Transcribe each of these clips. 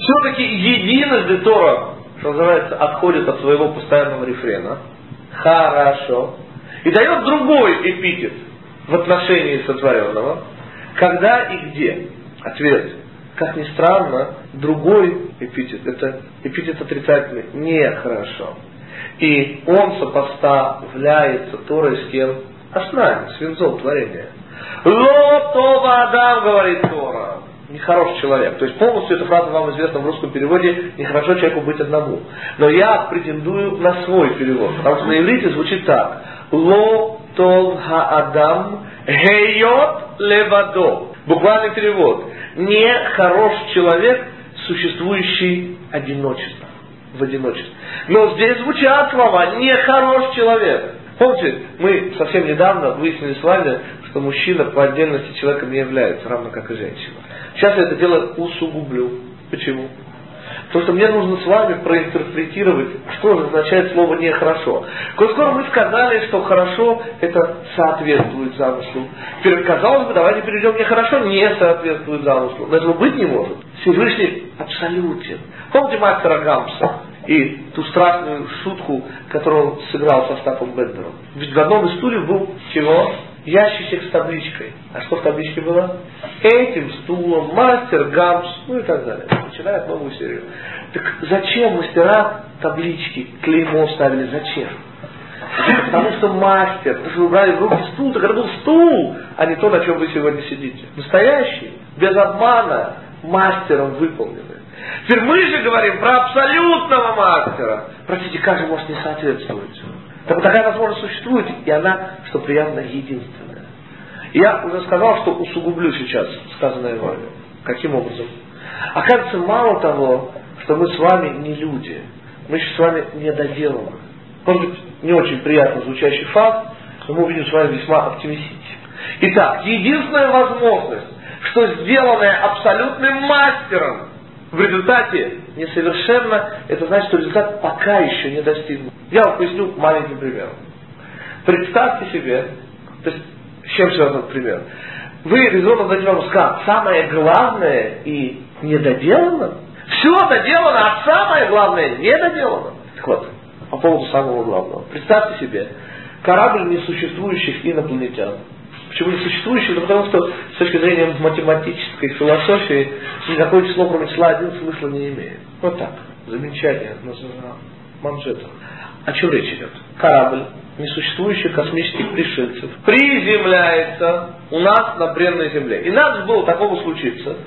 Все-таки единожды Тора, что называется, отходит от своего постоянного рефрена. Хорошо. И дает другой эпитет в отношении сотворенного. Когда и где? Ответ. Как ни странно, другой эпитет, это эпитет отрицательный, нехорошо. И он сопоставляется Торой с кем? А с нами, с венцом творения. Ло това Адам, говорит Тора. Нехороший человек. То есть полностью эта фраза вам известна в русском переводе, нехорошо человеку быть одному. Но я претендую на свой перевод. Потому что на иврите звучит так. Ло тов ха-адам гейот левадо. Буквальный перевод. Нехороший человек, существующий одиночество. В одиночестве. Но здесь звучат слова нехороший человек. Помните, мы совсем недавно выяснили с вами, что мужчина по отдельности человеком не является, равно как и женщина. Сейчас я это дело усугублю. Почему? Потому что мне нужно с вами проинтерпретировать, что же означает слово «нехорошо». Коль скоро мы сказали, что «хорошо» это соответствует замыслу. Теперь, казалось бы, давайте перейдем «нехорошо» не соответствует замыслу. Но этого быть не может. Всевышний абсолютен. Помните мастера Гамса и ту страшную шутку, которую он сыграл со Стафом Бендером? Ведь в одном из стульев был чего? Ящичек с табличкой. А что в табличке было? Этим стулом мастер Гамс, ну и так далее. Начинает новую серию. Так зачем мастера таблички, клеймо ставили? Зачем? Потому что мастер, потому что вы брали в руки стул, так это был стул, а не то, на чем вы сегодня сидите. Настоящий, без обмана, мастером выполненный. Теперь мы же говорим про абсолютного мастера. Простите, как же может не соответствовать? Так такая возможность существует, и она, что приятно, единственная. Я уже сказал, что усугублю сейчас сказанное вами. Каким образом? Оказывается, мало того, что мы с вами не люди, мы еще с вами недоделаны. Может быть, не очень приятно звучащий факт, но мы увидим с вами весьма оптимистически. Итак, единственная возможность, что сделанное абсолютным мастером в результате несовершенно, это значит, что результат пока еще не достигнут. Я вам поясню маленьким примером. Представьте себе, то есть, с чем связан этот пример? Вы резонно дадите вам сказать, самое главное и недоделано. Все доделано, а самое главное недоделано. Так вот, по поводу самого главного. Представьте себе, корабль несуществующих инопланетян. Почему несуществующих? Потому что с точки зрения математической философии никакое число, кроме числа 1, смысла не имеет. Вот так. Замечание на манжетах. О чем речь идет? Корабль несуществующих космических пришельцев приземляется у нас на бренной земле. И надо же было такому случиться,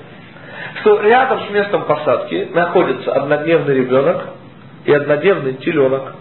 что рядом с местом посадки находится однодневный ребенок и однодневный теленок.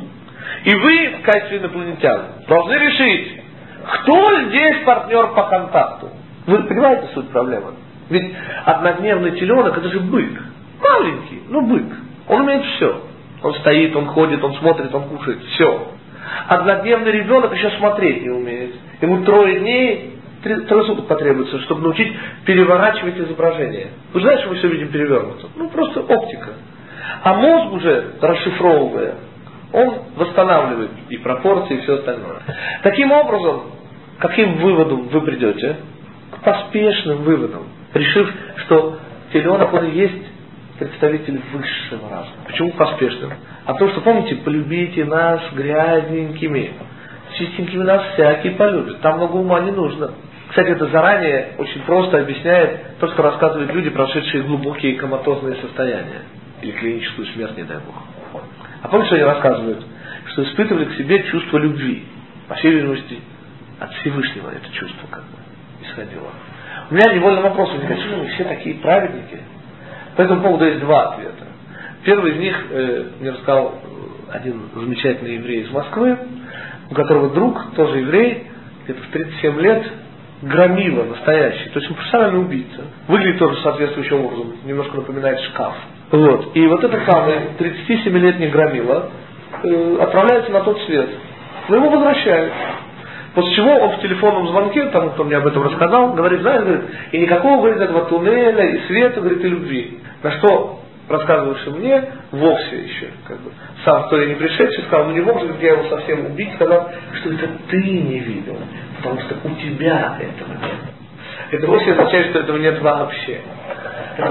И вы, в качестве инопланетян, должны решить, кто здесь партнер по контакту. Вы понимаете суть проблемы? Ведь однодневный теленок это же бык. Маленький, но бык. Он умеет все. Он стоит, он ходит, он смотрит, он кушает. Все. Однодневный ребенок еще смотреть не умеет. Ему 3 дней, 3 суток потребуется, чтобы научить переворачивать изображение. Вы знаете, что мы все видим перевернуто? Ну, просто оптика. А мозг уже, расшифровывая, он восстанавливает и пропорции, и все остальное. Таким образом, к каким выводам вы придете? К поспешным выводам. Решив, что теленок, он и есть представитель высшего разума. Почему поспешным? А потому что, помните, полюбите нас грязненькими. Чистенькими нас всякий полюбит. Там много ума не нужно. Кстати, это заранее очень просто объясняет то, что рассказывают люди, прошедшие глубокие коматозные состояния. Или клиническую смерть, не дай Бог. А помните, что они рассказывают? Что испытывали к себе чувство любви. По всей видимости, от Всевышнего это чувство как бы исходило. У меня невольно вопрос возникает, что мы все такие праведники? По этому поводу есть 2 ответа. Первый из них мне рассказал один замечательный еврей из Москвы, у которого друг, тоже еврей, где-то в 37 лет, громила настоящий. То есть он профессиональный убийца. Выглядит тоже соответствующим образом. Немножко напоминает шкаф. Вот. И вот этот самый 37-летний громила отправляется на тот свет. Но его возвращают. После чего он в телефонном звонке, тому, кто мне об этом рассказал, говорит, знаешь, говорит, и никакого, говорит, этого туннеля и света, говорит, и любви. На что рассказывавший мне, вовсе еще, как бы, сам в то не пришедший, сказал, ну не мог же я его совсем убить, сказал, что это ты не видел, потому что у тебя этого нет. Это вовсе означает, что этого нет вообще. Так вот,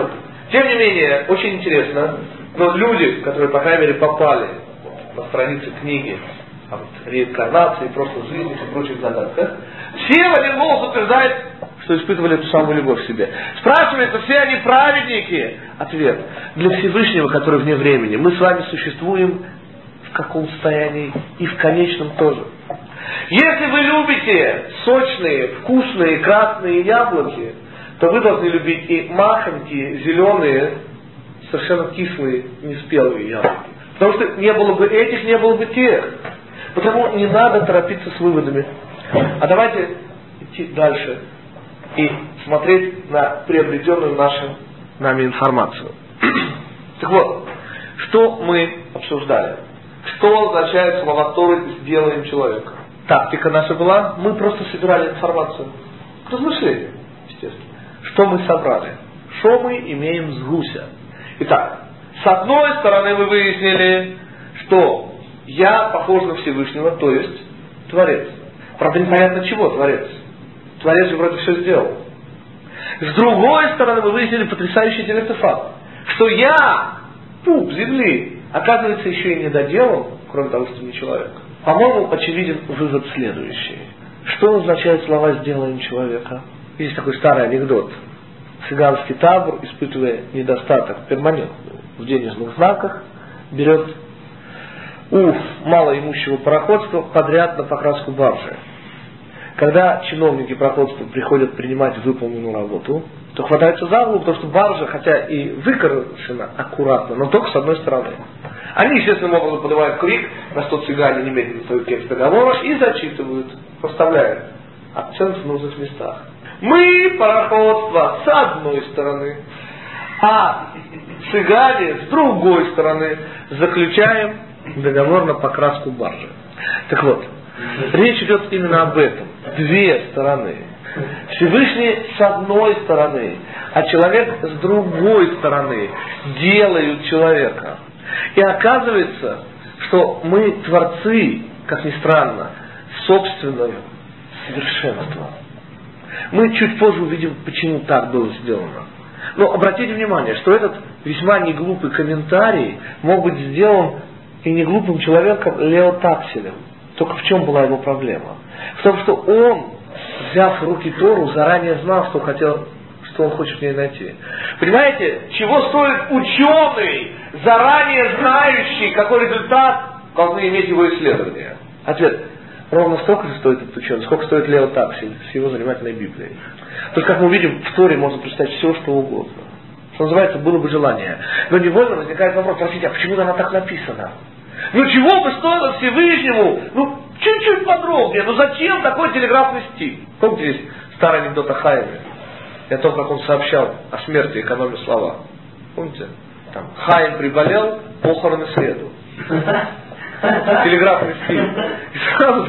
Тем не менее, очень интересно, но люди, которые, по крайней мере, попали на страницы книги о реинкарнации, просто жизни и прочих загадках, все в один голос утверждают, что испытывали эту самую любовь в себе. Спрашивается, все они праведники? Ответ. Для Всевышнего, который вне времени, мы с вами существуем в каком состоянии и в конечном тоже. Если вы любите сочные, вкусные, красные яблоки, то вы должны любить и махонькие, зеленые, совершенно кислые, неспелые яблоки. Потому что не было бы этих, не было бы тех. Потому не надо торопиться с выводами. А давайте идти дальше и смотреть на приобретенную нами информацию. Так вот, что мы обсуждали? Что означает слова Торы «сделаем человека»? Тактика наша была, мы просто собирали информацию. Размышления, естественно. Что мы собрали? Что мы имеем с гуся? Итак, с одной стороны мы выяснили, что я похож на Всевышнего, то есть Творец. Правда, непонятно чего Творец. Творец же вроде все сделал. С другой стороны мы выяснили потрясающий интересный факт, что я, пуп земли, оказывается еще и не доделан, кроме того, что не человек. По-моему, очевиден вывод следующий. Что означают слова «сделаем человека»? Есть такой старый анекдот. Цыганский табор, испытывая недостаток перманентный в денежных знаках, берет у малоимущего пароходства подряд на покраску баржи. Когда чиновники пароходства приходят принимать выполненную работу, то хватаются за голову, потому что баржа, хотя и выкрашена аккуратно, но только с одной стороны. Они, естественным образом, поднимают крик, на что цыгане немедленно свой текст договора и зачитывают, проставляют акцент в нужных местах. Мы пароходство с одной стороны, а цыгане с другой стороны заключаем договор на покраску баржи. Так вот, речь идет именно об этом. Две стороны. Всевышний с одной стороны, а человек с другой стороны делают человека. И оказывается, что мы творцы, как ни странно, собственного совершенства. Мы чуть позже увидим, почему так было сделано. Но обратите внимание, что этот весьма неглупый комментарий мог быть сделан и неглупым человеком Лео Такселем. Только в чем была его проблема? В том, что он, взяв в руки Тору, заранее знал, что он хочет в ней найти. Понимаете, чего стоит ученый, заранее знающий, какой результат должны иметь его исследования? Ответ. Ровно столько же стоит этот ученый, сколько стоит Лео Таксель с его занимательной Библией. То есть, как мы увидим, в Торе можно представить все, что угодно. Что называется, было бы желание. Но невольно возникает вопрос, простите, а почему она так написана? Ну чего бы стоило Всевышнему, чуть-чуть подробнее, зачем такой телеграфный стиль? Помните здесь старый анекдот о Хаиме? И о том, как он сообщал о смерти, экономя слова. Помните? Там, Хаим приболел, похороны в среду. Телеграфный стиль. И сразу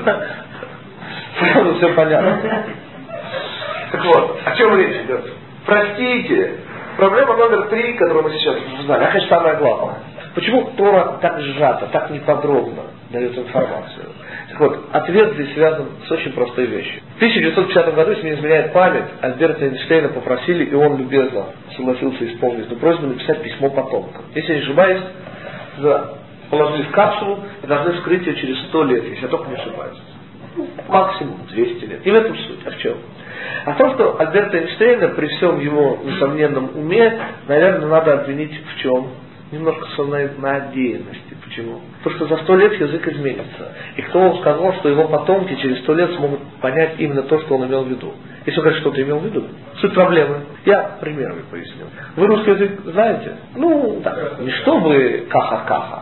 все понятно. Так вот, о чем речь идет? Простите, проблема номер 3, которую мы сейчас обсуждали, а, конечно, самое главное. Почему Тора так сжато, так неподробно дает информацию? Так вот, ответ здесь связан с очень простой вещью. В 1950 году, если не изменяет память, Альберта Эйнштейна попросили, и он любезно согласился исполнить эту просьбу, написать письмо потомкам. Если я не ошибаюсь, положили в капсулу и должны вскрыть ее через 100 лет, если я только не ошибаюсь. Максимум 200 лет. И в этом суть. А в чем? А в том, что Альберта Эйнштейна при всем его несомненном уме, наверное, надо обвинить в чем? Немножко своей надеянности. Почему? Потому что за 100 лет язык изменится. И кто вам сказал, что его потомки через 100 лет смогут понять именно то, что он имел в виду? Если он говорит, что-то имел в виду. Суть проблемы. Я примерами поясню. Вы русский язык знаете? Так, не чтобы каха-каха.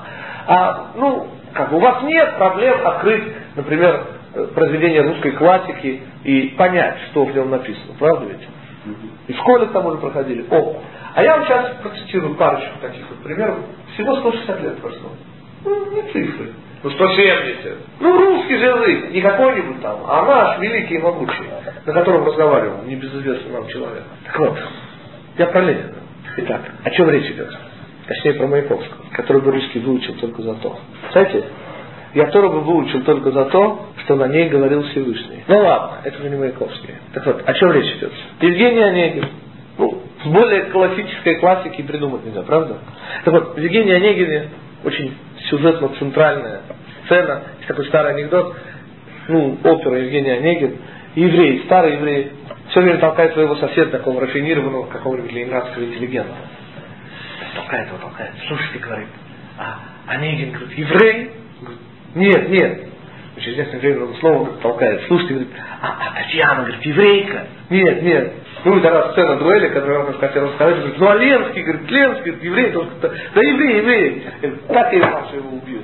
У вас нет проблем открыть, например, произведение русской классики и понять, что в нем написано. Правда ведь? И в школе к тому же проходили. А я вам сейчас процитирую парочку таких вот примеров. Всего 160 лет прошло. Не цифры. 170. Русский же язык. Не какой-нибудь там, а наш великий и могучий, на котором разговаривал небезызвестный нам человек. Так вот, я про Ленина. Итак, о чем речь идет? Точнее, про Маяковского, который бы русский выучил только за то. Знаете, я Тору бы выучил только за то, что на ней говорил Всевышний. Ладно, это же не Маяковский. Так вот, о чем речь идет? Евгений Онегин, Более классической классики придумать нельзя, правда? Так вот, в Евгении Онегине очень сюжетно-центральная сцена. Есть такой старый анекдот, опера Евгений Онегин. Еврей, старый еврей, все время толкает своего соседа, такого рафинированного, какого-нибудь ленинградского интеллигента. Толкает его. Слушайте, говорит, Онегин, говорит, еврей? Говорит, нет. Через некоторое время он снова толкает. Слушайте, говорит, Татьяна, говорит, еврейка? Нет. Тогда сцена дуэли, которую он хотел рассказать, говорит, Ленский, говорит, еврей, да еврей. Так и Маша его убьют.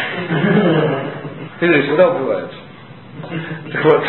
Евреи всегда убиваются. Так вот.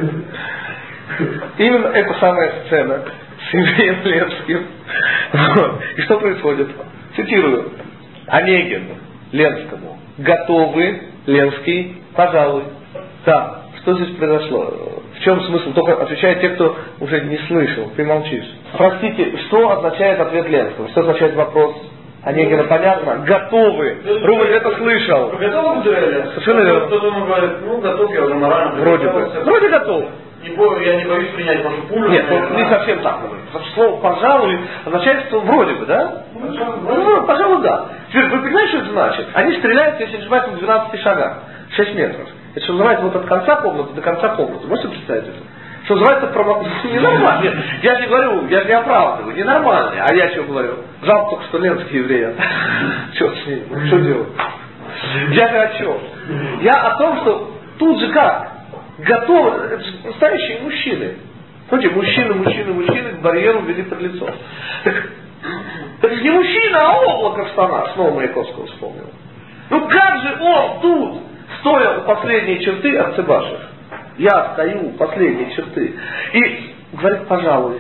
Именно эта самая сцена с евреем Ленским. И что происходит? Цитирую. Онегин Ленскому. Готовы, Ленский, пожалуй. Да, что здесь произошло? В чем смысл? Только отвечают те, кто уже не слышал. Ты молчишь. Простите, что означает ответ Ленского? Что означает вопрос Онегина? Понятно? Готовы. Рубль это слышал. Готовы к дуэли? Совершенно верно. Кто-то говорит, готов, я уже морально. Вроде готов. Я не боюсь принять вашу пулю. Нет, не совсем так. Слово «пожалуй» означает, что вроде бы, да? Пожалуй, да. Теперь, вы понимаете, что это значит? Они стреляют, если не ошибаюсь, на 12 шагах. 6 метров. Это что называется от конца комнаты до конца комнаты. Можете представить это? Что называется ненормально. Нет, я же говорю, я же не оправдываю, ненормально. А я что говорю? Жалко только, что Ленский еврей. Черт с ним, что делать? Я же о чем? Я о том, что тут же как? Готовы, это же настоящие мужчины. Помните, мужчины к барьеру вели под лицо. Так это же не мужчина, а облако в штанах. Снова Маяковского вспомнил. Как же он тут, стоя у последней черты, Арцебашев? Я стою у последней черты. И говорит, пожалуй.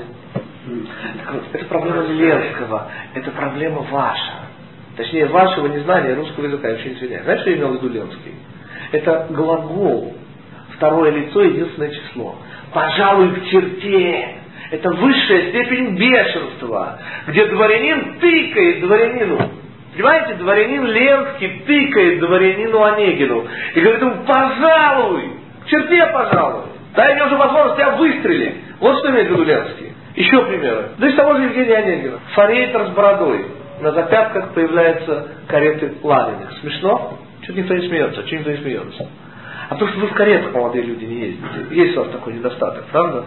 Это проблема не Ленского, это проблема ваша. Точнее, вашего незнания русского языка. Я очень извиняюсь. Знаете, что я имел в виду Ленский? Это глагол. Второе лицо, единственное число. Пожалуй, к черте. Это высшая степень бешенства, где дворянин тыкает дворянину. Понимаете, дворянин Ленский тыкает дворянину Онегину. И говорит ему, пожалуй, к черте, пожалуй. Дай мне уже возможность тебя выстрелить. Вот что имеет в виду Ленский. Еще примеры. Да из того же Евгения Онегина. Форейтор с бородой. На запятках появляются кареты лавиных. Смешно? Чуть никто не смеется. Чуть никто не смеется. А потому что вы в каретах, молодые люди, не ездите. Есть у вас такой недостаток, правда?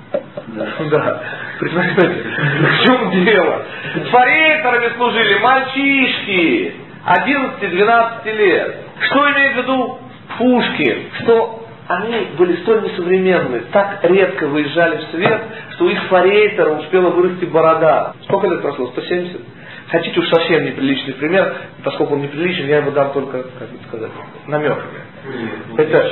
Да. Представляете, в чем дело? Форейтерами служили мальчишки 11-12 лет. Что имеет в виду Пушкин? Что они были столь несовременны, так редко выезжали в свет, что у их форейтера успела вырасти борода. Сколько лет прошло? 170? Хотите уж совсем неприличный пример, поскольку он неприличен, я его дам только, как это сказать, намеками. Это...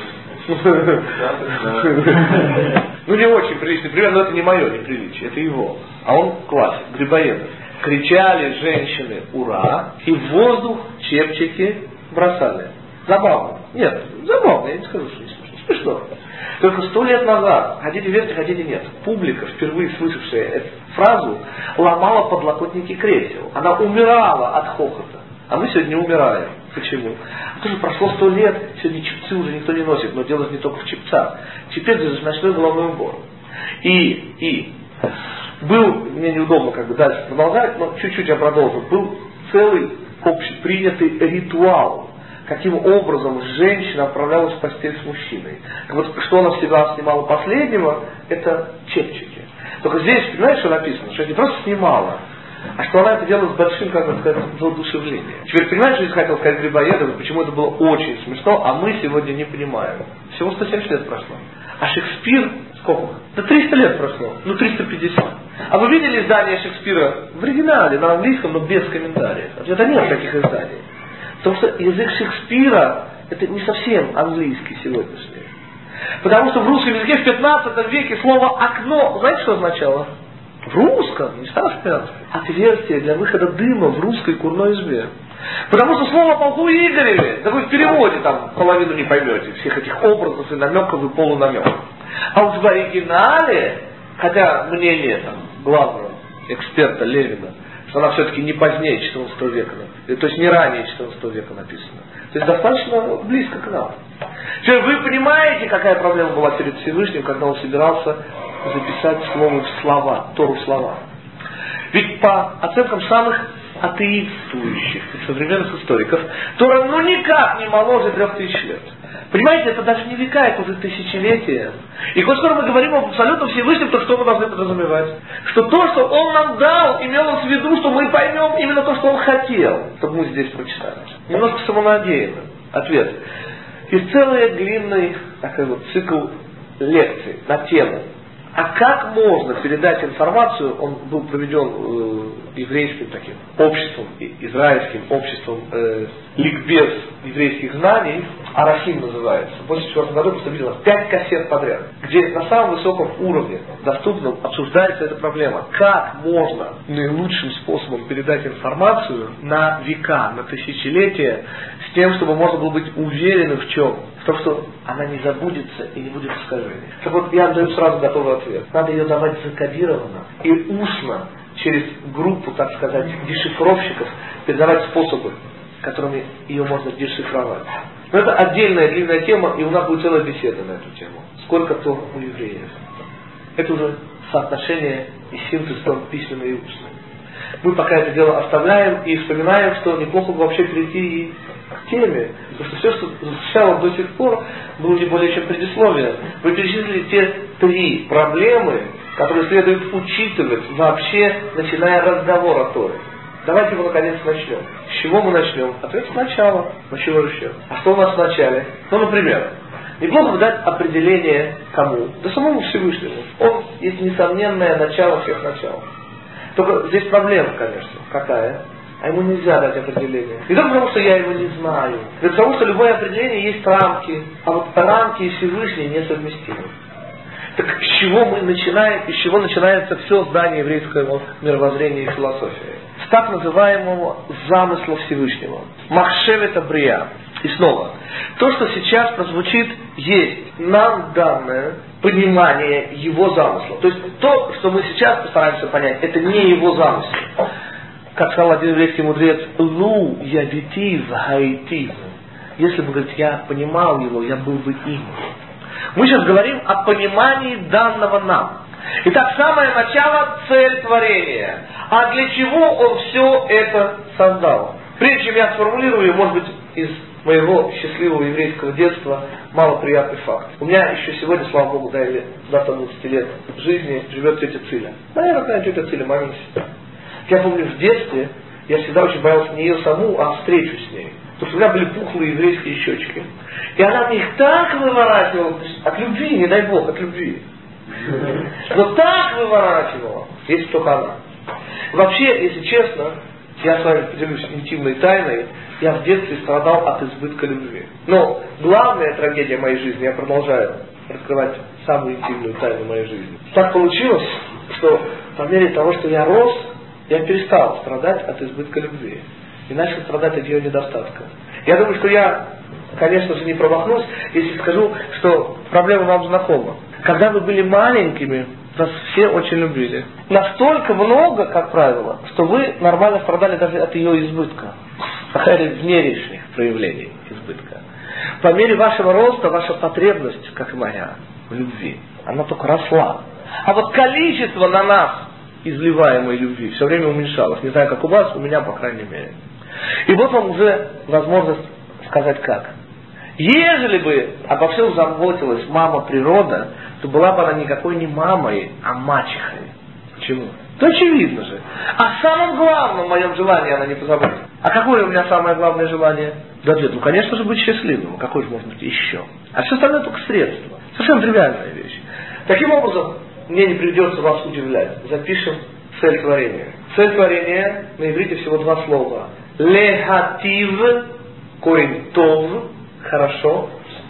не очень приличный пример, но это не мое неприличие, это его. А он классик, Грибоедов. Кричали женщины «Ура!» и в воздух чепчики бросали. Забавно. Нет, забавно, я не скажу, что не смешно. Смешно. Только 100 лет назад, хотите верьте, хотите нет, публика, впервые слышавшая эту фразу, ломала подлокотники кресел. Она умирала от хохота. А мы сегодня умираем. Почему? Потому что прошло 100 лет, сегодня чепцы уже никто не носит, но дело не только в чепцах. Теперь это ночной головной убор. И был, мне неудобно дальше продолжать, но чуть-чуть я продолжу, был целый общепринятый ритуал, каким образом женщина отправлялась в постель с мужчиной. Вот что она в себя снимала последнего, это чепчики. Только здесь, понимаешь, что написано? Что не просто снимала, а что она это делала с большим, как бы сказать, воодушевлением. Теперь понимаешь, что я хотел сказать Грибоедову, почему это было очень смешно, а мы сегодня не понимаем. Всего 170 лет прошло. А Шекспир, сколько? Да 300 лет прошло. 350. А вы видели издание Шекспира в оригинале, на английском, но без комментариев? Это нет таких изданий. Потому что язык Шекспира это не совсем английский сегодняшний. Потому что в русском языке в 15 веке слово «окно», знаете, что означало? В русском, не старшем, отверстие для выхода дыма в русской курной избе. Потому что слово «полку Игореве», да вы в переводе там половину не поймете, всех этих образов и намеков и полунамеков. А вот в оригинале, хотя мнение главного эксперта Левина, что она все-таки не позднее 14 века, то есть не ранее 14 века написана. То есть достаточно близко к нам. Теперь вы понимаете, какая проблема была перед Всевышним, когда он собирался записать слово в слова, Тору в слова. Ведь по оценкам самых атеистующих современных историков, Тора никак не моложе 3000 лет. Понимаете, это даже не века, это уже тысячелетия. И коль скоро мы говорим об абсолютно Всевышнем, то что мы должны подразумевать? Что то, что Он нам дал, имелось в виду, что мы поймем именно то, что Он хотел, чтобы мы здесь прочитали. Немножко самонадеянно. Ответ. Есть целый длинный такой вот цикл лекций на тему. А как можно передать информацию, он был проведен еврейским таким обществом, израильским обществом ликбез еврейских знаний, Арахим называется. В 1984 году просто видел 5 кассет подряд, где на самом высоком уровне, доступном, обсуждается эта проблема. Как можно наилучшим способом передать информацию на века, на тысячелетия, с тем, чтобы можно было быть уверенным в чем? В том, что она не забудется и не будет искажений. Так вот, я даю сразу готовый ответ. Надо ее давать закодированно и устно, через группу, так сказать, дешифровщиков, передавать способы, которыми ее можно дешифровать. Но это отдельная длинная тема, и у нас будет целая беседа на эту тему. Сколько то у евреев. Это уже соотношение и синтез письменный и устный. Мы пока это дело оставляем и вспоминаем, что неплохо бы вообще перейти и к теме. Потому что все, что звучало до сих пор, было не более чем предисловие. Вы перечислили те 3 проблемы, которые следует учитывать вообще, начиная разговор о Торе. Давайте его наконец начнем. С чего мы начнем? Ответ сначала. А чего еще? А что у нас в начале? Ну, например, неплохо бы дать определение кому? Да самому Всевышнему. Он есть несомненное начало всех начал. Только здесь проблема, конечно. Какая? А ему нельзя дать определение. Не только потому, что я его не знаю. Но потому, что любое определение есть рамки. А вот рамки и Всевышний несовместимы. Так с чего мы начинаем, и с чего начинается все здание еврейского мировоззрения и философии? С так называемого замысла Всевышнего. Махшевет Абрия. И снова, то, что сейчас прозвучит, есть нам данное понимание его замысла. То есть то, что мы сейчас постараемся понять, это не его замысел. Как сказал один еврейский мудрец, «Лу ядитив хаитив». Если бы, говорит, я понимал его, я был бы им. Мы сейчас говорим о понимании данного нам. Итак, самое начало – цель творения. А для чего он все это создал? Прежде чем я сформулирую, может быть, из моего счастливого еврейского детства малоприятный факт. У меня еще сегодня, слава Богу, до 20 лет жизни живет тетя Циля. Моя родная тетя Циля, мамина сестра. Я помню, в детстве я всегда очень боялся не ее саму, а встречу с ней. Потому что у меня были пухлые еврейские щечки. И она мне их так выворачивала, от любви, не дай Бог, от любви. Но так выворачивала, если только она. Вообще, если честно, я с вами поделюсь интимной тайной, я в детстве страдал от избытка любви. Но главная трагедия моей жизни, я продолжаю раскрывать самую интимную тайну моей жизни. Так получилось, что по мере того, что я рос, я перестал страдать от избытка любви. И начал страдать от ее недостатка. Я думаю, что я, конечно же, не промахнусь, если скажу, что проблема вам знакома. Когда вы были маленькими, вас все очень любили. Настолько много, как правило, что вы нормально страдали даже от ее избытка. Хотя внешних проявлений избытка. По мере вашего роста, ваша потребность, как и моя, в любви, она только росла. А вот количество на нас изливаемой любви все время уменьшалось. Не знаю, как у вас, у меня, по крайней мере. И вот вам уже возможность сказать как. Ежели бы обо всем заботилась мама природа, то была бы она никакой не мамой, а мачехой. Почему? То очевидно же. О самом главном моем желании она не позаботится. А какое у меня самое главное желание? Да ответ, ну конечно же быть счастливым. А какой же может быть еще? А все остальное только средство. Совершенно тривиальная вещь. Таким образом, мне не придется вас удивлять. Запишем цель творения. Цель творения на иврите всего 2 слова. Лехатив, корень тов, хорошо.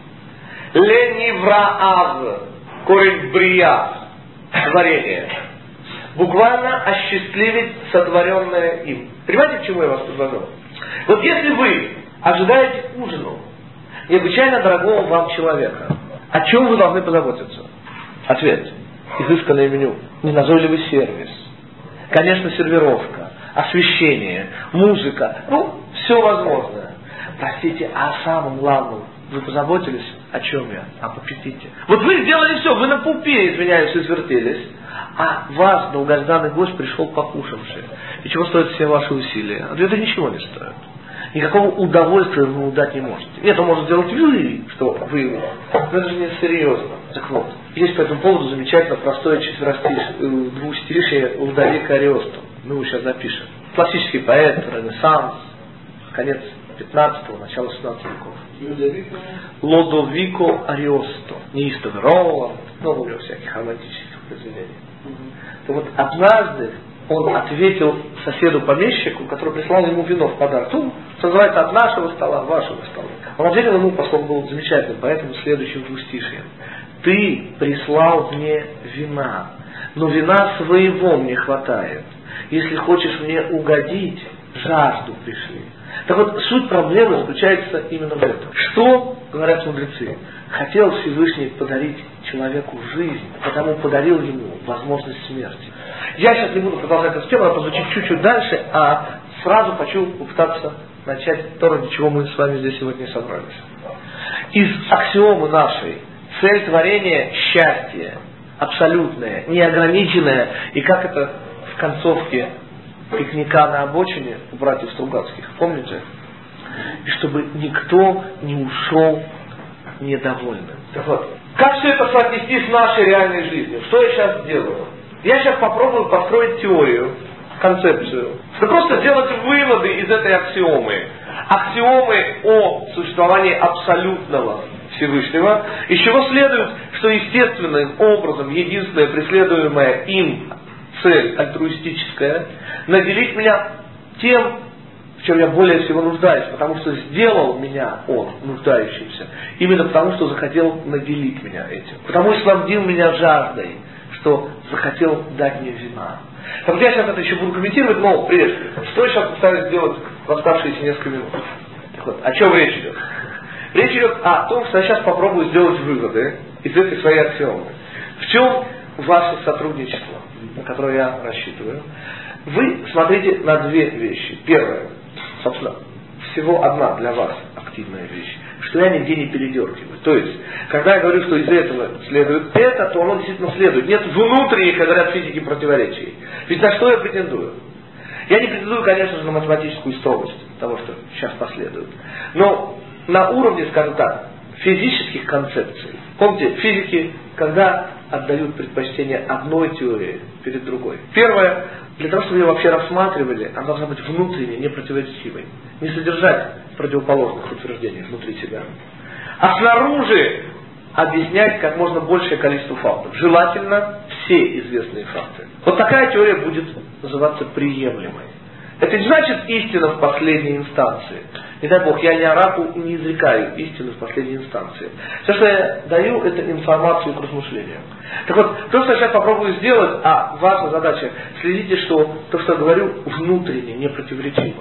Ленивраав, корень брия, творение. Буквально осчастливить сотворенное им. Понимаете, к чему я вас предложил? Вот если вы ожидаете к ужину необычайно дорогого вам человека, о чем вы должны позаботиться? Ответ. Изысканное меню. Неназойливый сервис. Конечно, сервировка. Освещение. Музыка. Ну, все возможное. Простите, а о самом главном вы позаботились? О чем я? Об аппетите. Вот вы сделали все. Вы на пупе, извиняюсь, извертелись. А ваш долгожданный гость пришел покушавший. И чего стоят все ваши усилия? Это ничего не стоит. Никакого удовольствия вы ему дать не можете. Это может сделать вы, что вы ему. Но это же не серьезно. Так вот, есть по этому поводу замечательно простое двустишие Лодовико Ариосто. Мы его сейчас запишем. Классический поэт, Ренессанс, конец 15-го, начало 17 веков. Лодовико Ариосто. Неистовый Роланд, много у него всяких романтических произведений. То вот однажды он ответил соседу-помещику, который прислал ему вино в подарок. Ну, что называется, от нашего стола, от вашего стола. Он ответил ему, поскольку был замечательным, поэтому следующим двустишием. Ты прислал мне вина, но вина своего мне хватает. Если хочешь мне угодить, жажду пришли. Так вот, суть проблемы заключается именно в этом. Что, говорят мудрецы, хотел Всевышний подарить человеку жизнь, потому подарил ему возможность смерти. Я сейчас не буду продолжать эту тему, она позвучит чуть-чуть дальше, а сразу хочу попытаться начать то, ради чего мы с вами здесь сегодня собрались. Из аксиомы нашей цель творения – счастье, абсолютное, неограниченное, и как это в концовке пикника на обочине у братьев Стругацких, помните? И чтобы никто не ушел недовольным. Так вот, как все это соотнести с нашей реальной жизнью? Что я сейчас делаю? Я сейчас попробую построить теорию, концепцию. Это просто делать выводы из этой аксиомы. Аксиомы о существовании абсолютного Всевышнего, из чего следует, что естественным образом единственная преследуемая им цель альтруистическая — наделить меня тем, в чем я более всего нуждаюсь, потому что сделал меня он, нуждающимся, именно потому, что захотел наделить меня этим. Потому что снабдил меня жаждой, что захотел дать мне вина. Так вот я сейчас это еще буду комментировать, но прежде, что я сейчас постараюсь сделать в оставшиеся несколько минут. Так вот, о чем речь идет? Речь идет о том, что я сейчас попробую сделать выводы из этой своей аксиомы. В чем ваше сотрудничество, на которое я рассчитываю? Вы смотрите на две вещи. Первое, собственно, всего одна для вас активная вещь, что я нигде не передергиваю. То есть, когда я говорю, что из этого следует это, то оно действительно следует. Нет внутренних, как говорят физики, противоречий. Ведь на что я претендую? Я не претендую, конечно же, на математическую строгость того, что сейчас последует. Но на уровне, скажем так, физических концепций. Помните, физики, когда отдают предпочтение одной теории перед другой. Первое, для того, чтобы ее вообще рассматривали, она должна быть внутренней, непротиворечивой. Не содержать противоположных утверждений внутри себя. А снаружи объяснять как можно большее количество фактов. Желательно все известные факты. Вот такая теория будет называться приемлемой. Это не значит истина в последней инстанции. Не дай Бог, я не оракул и не изрекаю истину в последней инстанции. Все, что я даю, это информацию к размышлению. Так вот, то, что я сейчас попробую сделать, ваша задача, следите, что то, что я говорю, внутренне, непротиворечиво.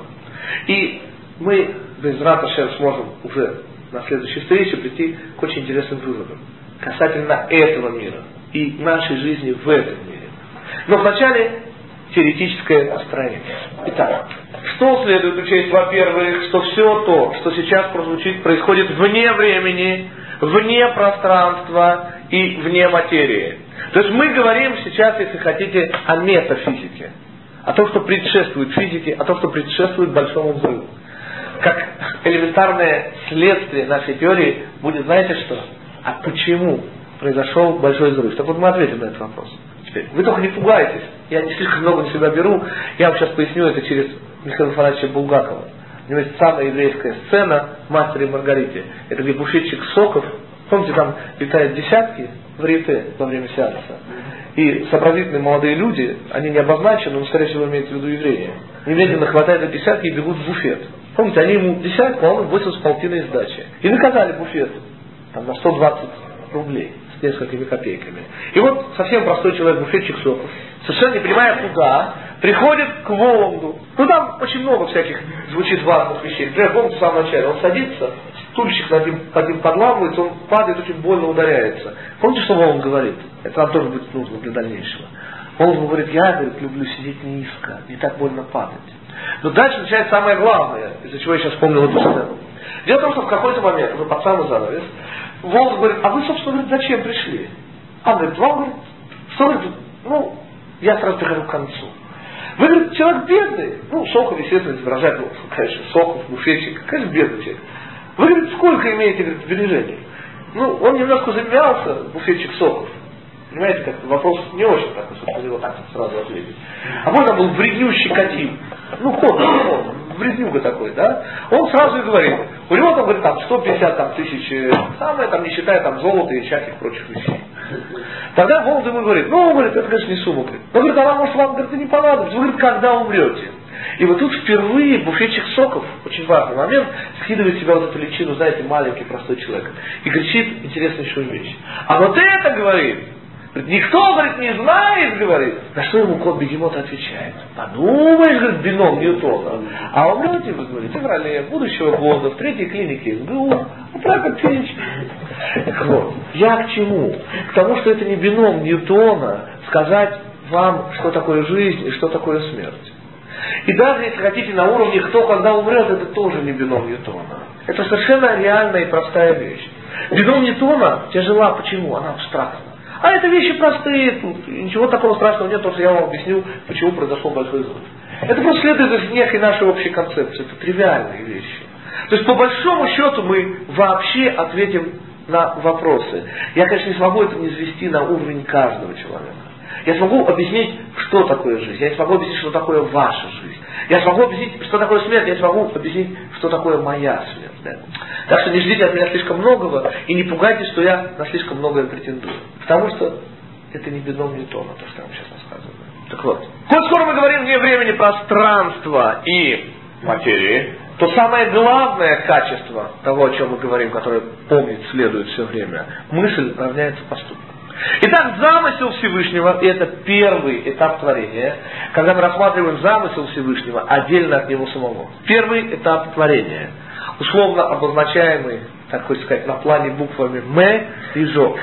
И мы, без раташем, сможем уже на следующей встрече прийти к очень интересным выводам касательно этого мира и нашей жизни в этом мире. Но вначале теоретическое построение. Итак, что следует учесть? Во-первых, что все то, что сейчас происходит вне времени, вне пространства и вне материи. То есть мы говорим сейчас, если хотите, о метафизике. О том, что предшествует физике, о том, что предшествует большому взрыву. Как элементарное следствие нашей теории будет, знаете что? А почему произошел большой взрыв? Так вот мы ответим на этот вопрос. Теперь, вы только не пугайтесь. Я не слишком много на себя беру. Я вам сейчас поясню это через Михаила Афанасьевича Булгакова. У него есть самая еврейская сцена «Мастере и Маргарите». Это где буфетчик соков, помните, там летают десятки в рите во время сеанса. И сообразительные молодые люди, они не обозначены, но, скорее всего, имеют в виду евреи, немедленно хватают эти десятки и бегут в буфет. Помните, они ему десятку, а он 8,5 сдачи. И наказали буфет там, на 120 рублей с несколькими копейками. И вот совсем простой человек, буфетчик соков, совершенно не понимая куда, приходит к Воланду. Ну там очень много всяких звучит важных вещей. Например, помните в самом начале, он садится, стульчик под ним подламывается, он падает, очень больно ударяется. Помните, что Воланд говорит? Это нам тоже будет нужно для дальнейшего. Воланд говорит, я люблю сидеть низко, не так больно падать. Но дальше начинается самое главное, из-за чего я сейчас вспомнил эту сцену. Дело в том, что в какой-то момент, уже под самый занавес, Воланд говорит, а вы, собственно, говорит, зачем пришли? А он говорит, вам, говорит, что, говорит, я сразу прихожу к концу. Вы, говорит, человек бедный. Сохов, естественно, изображает, конечно, Сохов, буфетчик, конечно, бедный человек. Вы, говорит, сколько имеете, говорит, сбережений? Он немножко замялся, буфетчик Сохов. Понимаете, как вопрос не очень такой, чтобы на него так сразу ответить. А можно был вреднющий Катин. Вреднюга такой, да? Он сразу и говорит, у него там, говорит, 150 тысяч, не считая золота и всяких прочих вещей. Тогда Волод ему говорит, это, конечно, не сумма. Но, говорит, она, может, вам, говорит, и не понадобится. Вы, говорит, когда умрете? И вот тут впервые буфетчик Соков, очень важный момент, скидывает себя вот эту личину, знаете, маленький простой человек, и кричит интереснейшую вещь. А вот это, говорит, никто, говорит, не знает, говорит. На что ему кот Бегемот отвечает? Подумаешь, говорит, бином Ньютона. А умрете, вы говорите, в феврале будущего года в 3-й клинике СГУ, как перечень. Так вот, я к чему? К тому, что это не бином Ньютона сказать вам, что такое жизнь и что такое смерть. И даже если хотите на уровне, кто когда умрет, это тоже не бином Ньютона. Это совершенно реальная и простая вещь. Бином Ньютона тяжела. Почему? Она абстрактна. А это вещи простые, тут ничего такого страшного нет, потому что я вам объясню, почему произошел большой взрыв. Это просто следует из некой нашей общей концепции, это тривиальные вещи. То есть по большому счету мы вообще ответим на вопросы. Я, конечно, не смогу это низвести на уровень каждого человека. Я смогу объяснить, что такое жизнь. Я смогу объяснить, что такое ваша жизнь. Я смогу объяснить, что такое смерть. Я смогу объяснить, что такое моя смерть. Да? Так что не ждите от меня слишком многого и не пугайтесь, что я на слишком многое претендую. Потому что это не бином Ньютона, то, что я вам сейчас рассказываю. Так вот. Коль скоро мы говорим вне времени, пространства и материи, то самое главное качество того, о чем мы говорим, которое помнить следует все время, мысль равняется поступку. Итак, замысел Всевышнего, и это первый этап творения, когда мы рассматриваем замысел Всевышнего отдельно от него самого. Первый этап творения, условно обозначаемый, так хочется сказать, на плане буквами М и Жо.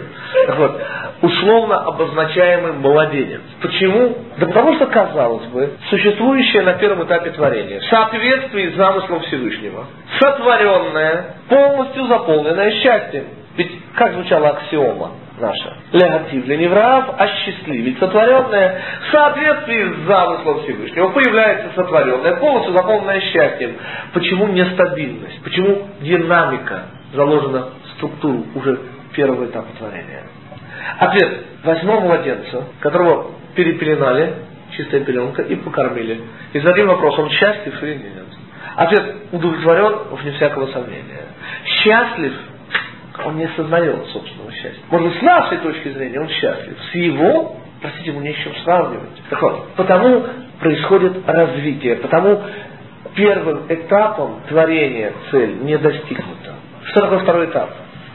Вот. Условно обозначаемый младенец. Почему? Да потому что, казалось бы, существующее на первом этапе творения, в соответствии с замыслом Всевышнего, сотворенное, полностью заполненное счастьем. Ведь как звучала аксиома наша? Легатив для неврав, осчастливить сотворенное. В соответствии с замыслом Всевышнего появляется сотворенное, полностью заполненное счастьем. Почему нестабильность? Почему динамика заложена в структуру уже первого этапа творения? Ответ. Возьмем младенца, которого перепеленали, чистая пеленка, и покормили. И зададим вопрос, он счастлив или нет? Ответ. Удовлетворен, вне всякого сомнения. Счастлив, он не осознает собственного счастья. Может быть, с нашей точки зрения он счастлив. С его, простите, ему не с чем сравнивать. Так вот, потому происходит развитие, потому первым этапом творения цель не достигнута. Что такое второй этап?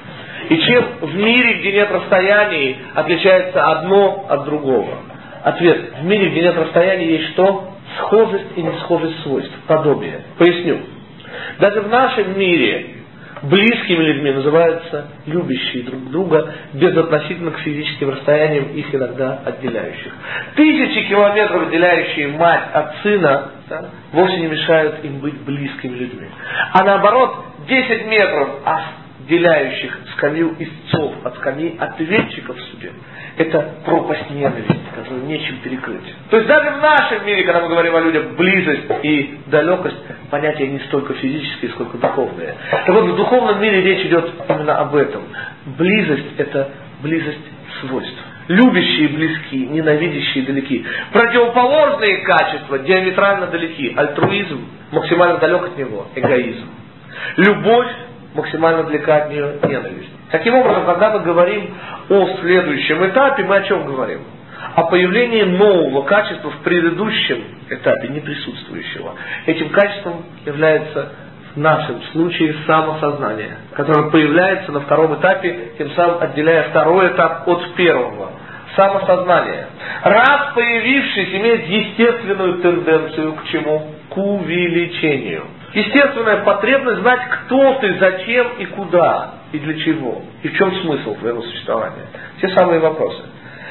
И чем в мире, где нет расстояний, отличается одно от другого? Ответ. В мире, где нет расстояний, есть что? Схожесть и несхожесть свойств. Подобие. Поясню. Даже в нашем мире близкими людьми называются любящие друг друга, безотносительно к физическим расстояниям, их иногда отделяющих. 1000 километров, отделяющие мать от сына, да, вовсе не мешают им быть близкими людьми. А наоборот, 10 метров отделяющих скамью истцов от скамьи ответчиков в суде, это пропасть ненависти, которую нечем перекрыть. То есть даже в нашем мире, когда мы говорим о людях, близость и далекость, понятия не столько физические, сколько духовные. Так вот, в духовном мире речь идет именно об этом. Близость – это близость свойств. Любящие близки, ненавидящие далеки. Противоположные качества диаметрально далеки. Альтруизм максимально далек от него, эгоизм. Любовь максимально далека от нее, ненависть. Таким образом, когда мы говорим о следующем этапе, мы о чем говорим? О появлении нового качества в предыдущем этапе, не присутствующего. Этим качеством является в нашем случае самосознание, которое появляется на втором этапе, тем самым отделяя второй этап от первого. Самосознание. Раз появившись, имеет естественную тенденцию к чему? К увеличению. Естественная потребность знать, кто ты, зачем и куда, и для чего, и в чем смысл твоего существования. Те самые вопросы.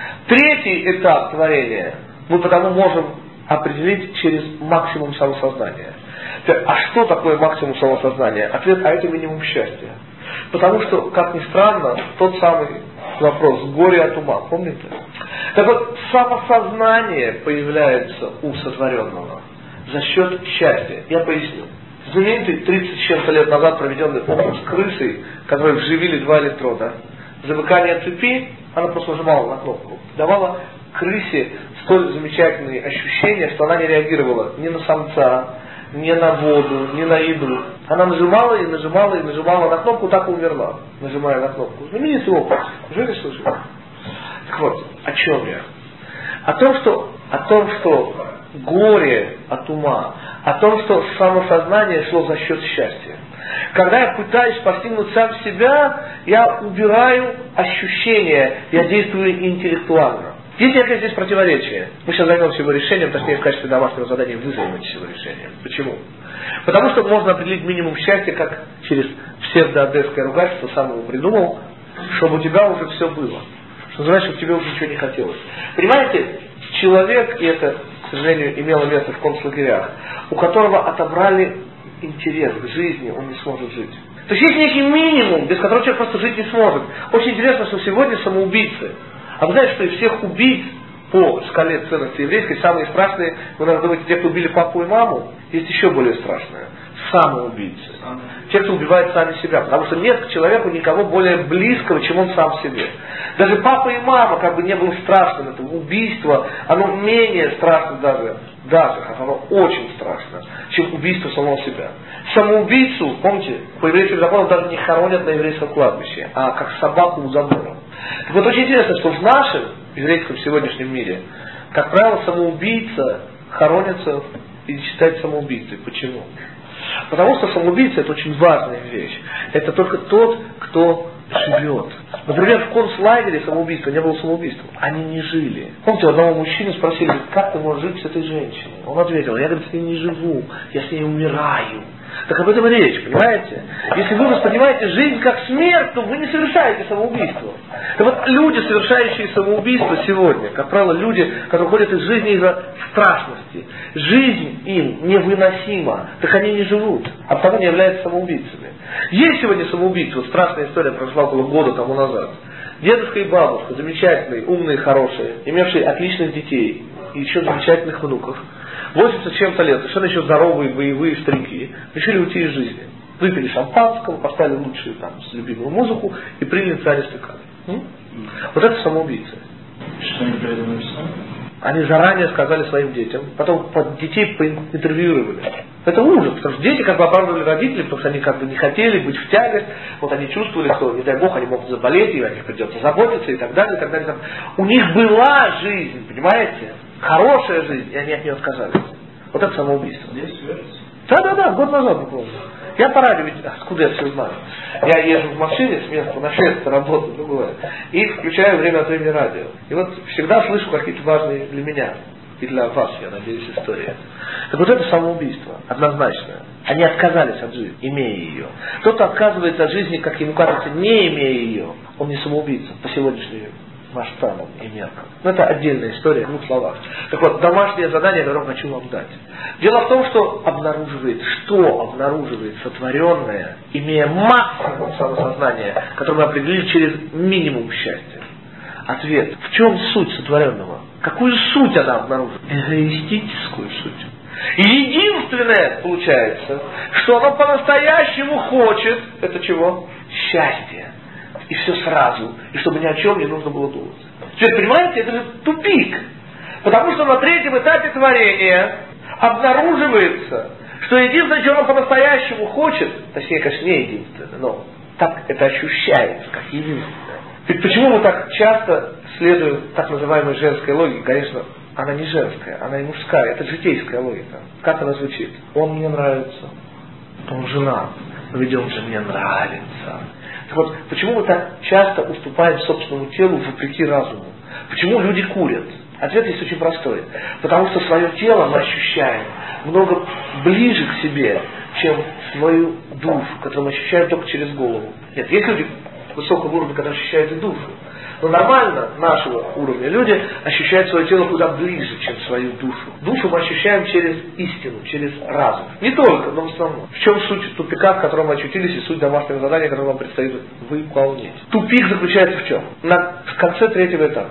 Третий этап творения мы потому можем определить через максимум самосознания. А что такое максимум самосознания? Ответ, а это минимум счастья. Потому что, как ни странно, тот самый вопрос горе от ума, помните? Так вот, самосознание появляется у сотворенного за счет счастья. Я поясню. Знаменитый 30 с чем-то лет назад проведенный опыт с крысой, которой вживили 2 электрода. Замыкание цепи, она просто нажимала на кнопку. Давала крысе столь замечательные ощущения, что она не реагировала ни на самца, ни на воду, ни на еду. Она нажимала и нажимала и нажимала на кнопку, так и умерла, нажимая на кнопку. Знаменитый опыт. Жили, слышали? Так вот, о чем я? О том, что горе от ума, о том, что самосознание шло за счет счастья. Когда я пытаюсь постигнуть сам себя, я убираю ощущения, я действую интеллектуально. Есть некое здесь противоречие. Мы сейчас займемся его решением, точнее в качестве домашнего задания вы займетесь его решением. Почему? Потому что можно определить минимум счастья, как через псевдоодесское ругательство, сам его придумал, чтобы у тебя уже все было. Что называется, чтобы тебе уже ничего не хотелось. Понимаете, человек, и это, к сожалению, имело место в концлагерях, у которого отобрали интерес к жизни, он не сможет жить. То есть есть некий минимум, без которого человек просто жить не сможет. Очень интересно, что сегодня самоубийцы. А вы знаете, что из всех убийц по шкале ценностей еврейской самые страшные, вы, наверное, думаете, те, кто убили папу и маму, есть еще более страшные. Самоубийцы. Те, кто убивает сами себя. Потому что нет к человеку никого более близкого, чем он сам себе. Даже папа и мама как бы не было страшным. Это убийство, оно менее страшно даже, оно очень страшно, чем убийство самого себя. Самоубийцу, помните, по еврейским законам даже не хоронят на еврейском кладбище, а как собаку у забора. Так вот очень интересно, что в нашем еврейском сегодняшнем мире, как правило, самоубийца хоронится и считается самоубийцей. Почему? Потому что самоубийца — это очень важная вещь. Это только тот, кто живет. Например, в концлагере самоубийство не было самоубийством. Они не жили. Помните, у одного мужчины спросили, как ты можешь жить с этой женщиной? Он ответил, я, говорит, с ней не живу, я с ней умираю. Так об этом и речь, понимаете? Если вы воспринимаете жизнь как смерть, то вы не совершаете самоубийство. Так вот, люди, совершающие самоубийство сегодня, как правило, люди, которые ходят из жизни из-за страшности, жизнь им невыносима, так они не живут, а потому не являются самоубийцами. Есть сегодня самоубийцы, вот страшная история прошла около года тому назад. Дедушка и бабушка, замечательные, умные, хорошие, имевшие отличных детей и еще замечательных внуков, 80 с чем-то лет, совершенно еще здоровые, боевые старики, решили уйти из жизни. Выпили шампанского, поставили лучшую там любимую музыку и приняли царский кадр. Вот это самоубийцы. Что они при этом написали? Они заранее сказали своим детям, потом детей поинтервьюировали. Это ужас, потому что дети как бы оправдывали родителей, потому что они как бы не хотели быть в тягость, вот они чувствовали, что, не дай бог, они могут заболеть, и о них придется заботиться, и так далее, и так далее. У них была жизнь, понимаете? Хорошая жизнь, и они от нее отказались. Вот это самоубийство. Здесь верится? Да, год назад буквально. Я по радио, ведь откуда я все знаю? Я езжу в машине с места на место, работаю, другое. И включаю время от времени радио. И вот всегда слышу какие-то важные для меня и для вас, я надеюсь, истории. Так вот это самоубийство, однозначно. Они отказались от жизни, имея ее. Тот, кто отказывается от жизни, как ему кажется, не имея ее, он не самоубийца по сегодняшнему масштабам и меркам. Но это отдельная история, в 2 словах. Так вот, домашнее задание, которое хочу вам дать. Дело в том, что обнаруживает сотворенное, имея максимум самосознания, которое мы определили через минимум счастья. Ответ. В чем суть сотворенного? Какую суть она обнаруживает? Эгоистическую суть. И единственное, получается, что оно по-настоящему хочет, это чего? Счастье. И все сразу. И чтобы ни о чем не нужно было думать. Теперь, понимаете, это же тупик. Потому что на 3-м этапе творения обнаруживается, что единственное, что оно по-настоящему хочет, точнее, конечно, не единственное, но так это ощущается, как единственное. Ведь почему мы так часто следуем так называемой женской логике? Конечно, она не женская, она и мужская, это житейская логика. Как она звучит? Он мне нравится, он женат, но ведь он же мне нравится. Так вот, почему мы так часто уступаем собственному телу вопреки разуму? Почему люди курят? Ответ здесь очень простой. Потому что свое тело мы ощущаем много ближе к себе, чем свою душу, которую мы ощущаем только через голову. Нет, есть люди высокого уровня, которые ощущают и душу. Но нормально нашего уровня люди ощущают свое тело куда ближе, чем свою душу. Душу мы ощущаем через истину, через разум. Не только, но в основном. В чем суть тупика, в котором мы очутились, и суть домашнего задания, которое вам предстоит выполнить? Тупик заключается в чем? В конце 3-го этапа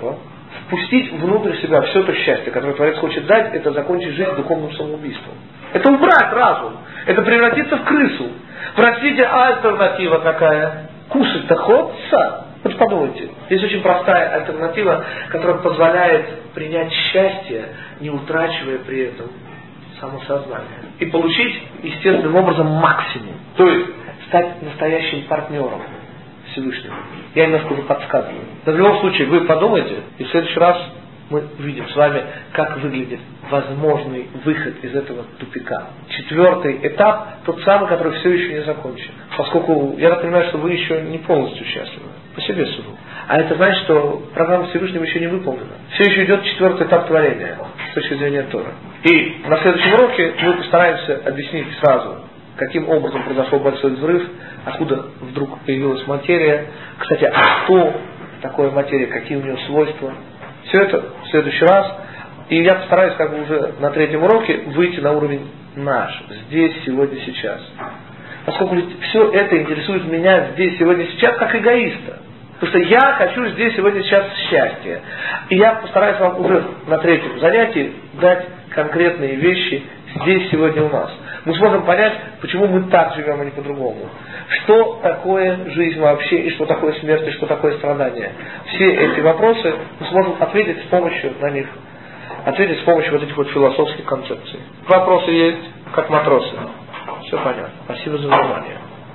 впустить внутрь себя все то счастье, которое Творец хочет дать, это закончить жизнь духовным самоубийством. Это убрать разум. Это превратиться в крысу. Простите, альтернатива какая? Кушать-то хочется. Вот подумайте. Есть очень простая альтернатива, которая позволяет принять счастье, не утрачивая при этом самосознание. И получить естественным образом максимум. То есть стать настоящим партнером Всевышнего. Я немножко уже подсказываю. Но в любом случае вы подумайте, и в следующий раз мы увидим с вами, как выглядит возможный выход из этого тупика. 4-й этап, тот самый, который все еще не закончен. Поскольку я так понимаю, что вы еще не полностью счастливы. По себе суду. А это значит, что программа Всевышнего еще не выполнена. Все еще идет 4-й этап творения с точки зрения Торы. И на следующем уроке мы постараемся объяснить сразу, каким образом произошел большой взрыв, откуда вдруг появилась материя. Кстати, а что такое материя, какие у нее свойства. Все это в следующий раз. И я постараюсь как бы уже на 3-м уроке выйти на уровень наш. Здесь, сегодня, сейчас. Поскольку все это интересует меня здесь, сегодня, сейчас, как эгоиста. Потому что я хочу здесь, сегодня, сейчас счастья. И я постараюсь вам уже на 3-м занятии дать конкретные вещи здесь, сегодня у нас. Мы сможем понять, почему мы так живем, а не по-другому. Что такое жизнь вообще, и что такое смерть, и что такое страдание. Все эти вопросы мы сможем ответить с помощью на них. Ответить с помощью вот этих вот философских концепций. Вопросы есть, как матросы. Все понятно. Спасибо за внимание.